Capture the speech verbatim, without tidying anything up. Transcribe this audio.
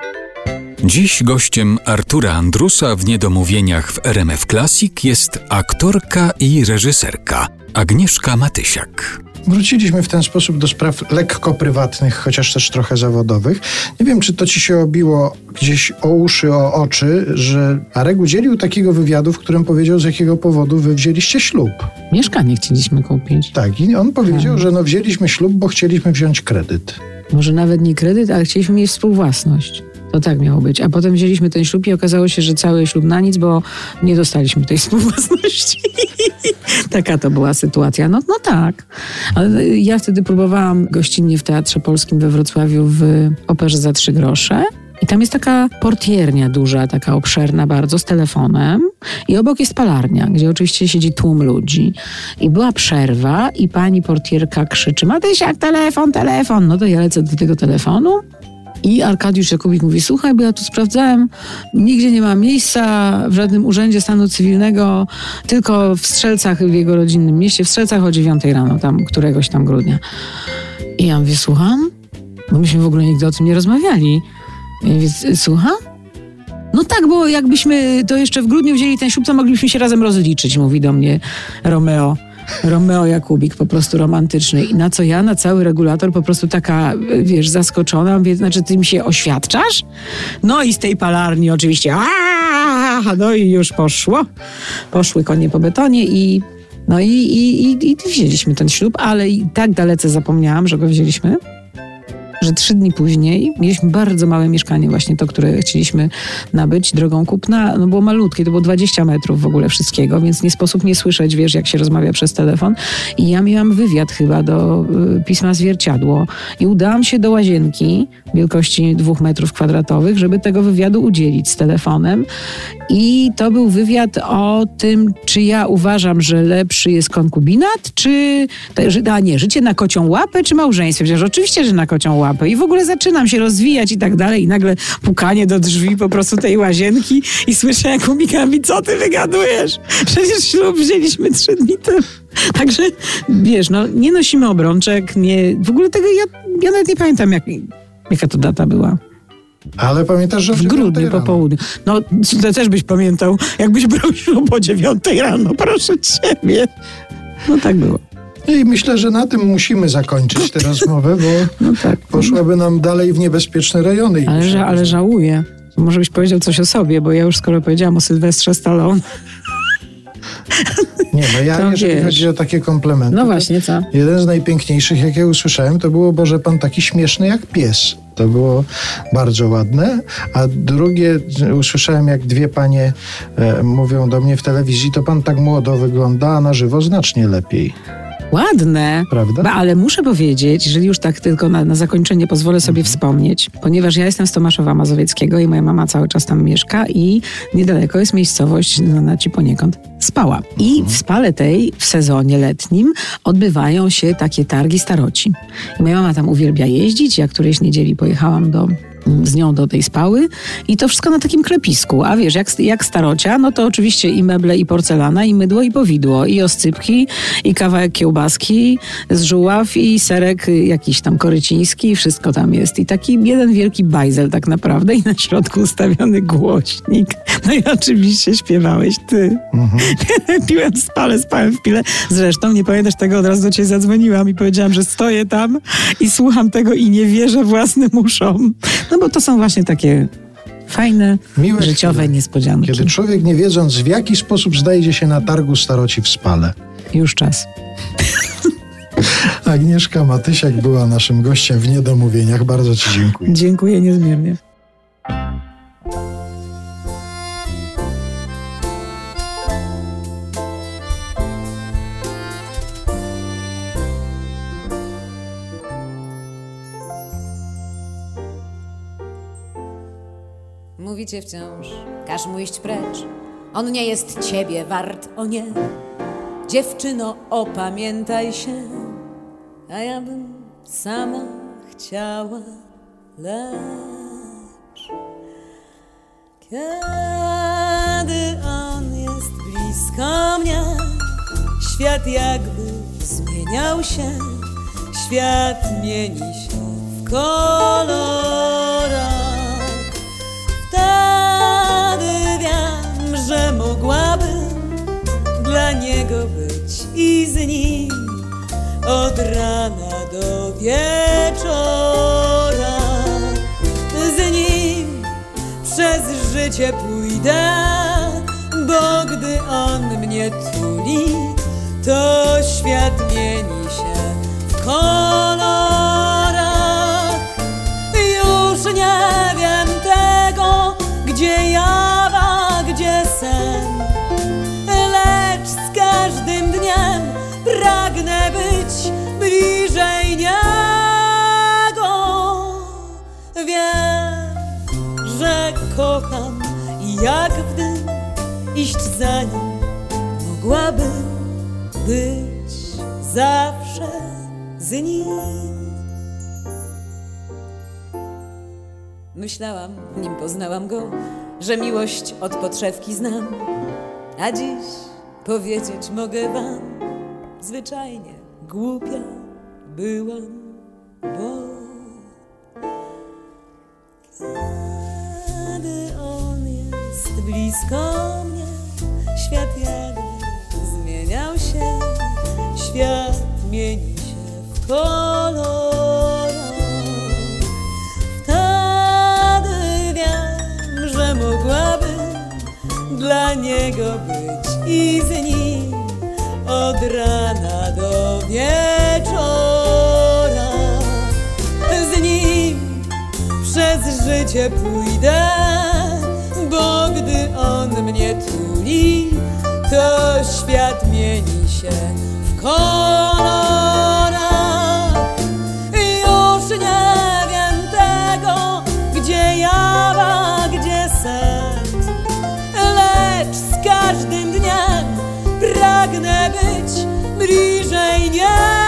Dziś gościem Artura Andrusa w Niedomówieniach w R M F Classic jest aktorka i reżyserka Agnieszka Matysiak. Wróciliśmy w ten sposób do spraw lekko prywatnych, chociaż też trochę zawodowych. Nie wiem, czy to ci się obiło gdzieś o uszy, o oczy, że Arek udzielił takiego wywiadu, w którym powiedział, z jakiego powodu wy wzięliście ślub. Mieszkanie chcieliśmy kupić. Tak, i on powiedział, tak. że no wzięliśmy ślub, bo chcieliśmy wziąć kredyt. Może nawet nie kredyt, ale chcieliśmy mieć współwłasność. To tak miało być. A potem wzięliśmy ten ślub i okazało się, że cały ślub na nic, bo nie dostaliśmy tej współwłasności. Taka to była sytuacja. No, no tak. Ale ja wtedy próbowałam gościnnie w Teatrze Polskim we Wrocławiu w operze za trzy grosze. I tam jest taka portiernia duża, taka obszerna bardzo, z telefonem. I obok jest palarnia, gdzie oczywiście siedzi tłum ludzi. I była przerwa i pani portierka krzyczy: Matysiak, telefon, telefon. No to ja lecę do tego telefonu. I Arkadiusz Jakubik mówi: słuchaj, bo ja tu sprawdzałem, nigdzie nie ma miejsca w żadnym urzędzie stanu cywilnego, tylko w Strzelcach, w jego rodzinnym mieście, w Strzelcach o dziewiątej rano, tam któregoś tam grudnia. I ja mówię: słucham? Bo myśmy w ogóle nigdy o tym nie rozmawiali. I ja mówię: słucham? No tak, bo jakbyśmy to jeszcze w grudniu wzięli ten ślub, to moglibyśmy się razem rozliczyć, mówi do mnie Romeo. Romeo Jakubik, po prostu romantyczny. I na co ja, na cały regulator, po prostu taka, wiesz, zaskoczona. Mówię: znaczy, ty mi się oświadczasz? No i z tej palarni oczywiście aaa, no i już poszło. Poszły konie po betonie i no i, i, i, i wzięliśmy ten ślub, ale i tak dalece zapomniałam, że go wzięliśmy, że trzy dni później mieliśmy bardzo małe mieszkanie, właśnie to, które chcieliśmy nabyć drogą kupna. No było malutkie, to było dwadzieścia metrów w ogóle wszystkiego, więc nie sposób nie słyszeć, wiesz, jak się rozmawia przez telefon. I ja miałam wywiad chyba do y, pisma Zwierciadło i udałam się do łazienki wielkości dwóch metrów kwadratowych, żeby tego wywiadu udzielić z telefonem. I to był wywiad o tym, czy ja uważam, że lepszy jest konkubinat, czy, a nie, życie na kocią łapę, czy małżeństwo. Przecież oczywiście, że na kocią łapę. I w ogóle zaczynam się rozwijać i tak dalej. I nagle pukanie do drzwi po prostu tej łazienki i słyszę Jakubika: mówi: co ty wygadujesz? Przecież ślub wzięliśmy trzy dni temu. Także, wiesz, no nie nosimy obrączek, nie, w ogóle tego ja, ja nawet nie pamiętam, jak, jaka to data była. Ale pamiętasz, że w grudniu po południu. No, to też byś pamiętał, jakbyś brał ślub o dziewiątej rano, proszę ciebie. No tak było. I myślę, że na tym musimy zakończyć tę rozmowę, bo no tak, poszłaby nam dalej w niebezpieczne rejony. Ale, ża- ale żałuję. Może byś powiedział coś o sobie, bo ja już skoro powiedziałam o Sylwestrze Stallone. Nie, no ja, to jeżeli wiesz. chodzi o takie komplementy, no właśnie, co? Jeden z najpiękniejszych, jakie usłyszałem, to było: Boże, pan taki śmieszny jak pies. To było bardzo ładne. A drugie usłyszałem, jak dwie panie e, mówią do mnie w telewizji: to pan tak młodo wygląda, a na żywo znacznie lepiej. Ładne, prawda? Ba, ale muszę powiedzieć, jeżeli już tak tylko na, na zakończenie pozwolę sobie mhm. wspomnieć, ponieważ ja jestem z Tomaszowa Mazowieckiego i moja mama cały czas tam mieszka i niedaleko jest miejscowość znana ci poniekąd Spała. I mhm. w Spale tej w sezonie letnim odbywają się takie targi staroci. I moja mama tam uwielbia jeździć. Ja którejś niedzieli pojechałam do z nią do tej Spały i to wszystko na takim klepisku. A wiesz, jak, jak starocia, no to oczywiście i meble, i porcelana, i mydło, i powidło, i oscypki, i kawałek kiełbaski z żuław, i serek jakiś tam koryciński, i wszystko tam jest. I taki jeden wielki bajzel tak naprawdę i na środku ustawiony głośnik. No i oczywiście śpiewałeś ty. Mhm. Piłem w Spale, spałem w Pile. Zresztą, nie pamiętasz tego, od razu do ciebie zadzwoniłam i powiedziałam, że stoję tam i słucham tego i nie wierzę własnym uszom. No bo to są właśnie takie fajne, miłe życiowe chwile, niespodzianki. Kiedy człowiek, nie wiedząc, w jaki sposób znajdzie się na targu staroci w Spale. Już czas. Agnieszka Matysiak była naszym gościem w Niedomówieniach. Bardzo ci dziękuję. Dziękuję niezmiernie. Mówicie wciąż: każ mu iść precz, on nie jest ciebie wart, o nie. Dziewczyno, opamiętaj się, a ja bym sama chciała, lecz kiedy on jest blisko mnie, świat jakby zmieniał się, świat mieni się w kolorach. i z nim od rana do wieczora. Z nim przez życie pójdę, bo gdy on mnie tuli, to świat mieni się w kolorach. Już nie wiem tego, gdzie jawa, gdzie sen, lecz z każdym dniem pragnę być bliżej niego. Wiem, że kocham i jak w dym iść za nim mogłabym być zawsze z nim. Myślałam, nim poznałam go, że miłość od podszewki znam, a dziś powiedzieć mogę wam, zwyczajnie głupia byłam, bo kiedy on jest blisko mnie, świat jakby zmieniał się, świat mieni się w kolorach. Wtedy wiem, że mogłabym dla niego być i z nim od rana do wieczora. Z nim przez życie pójdę, bo gdy on mnie tuli, to świat mieni się w kolorach. Już nie wiem tego, gdzie jawa, gdzie sen, lecz z każdym dniem pragnę być bliżej niego.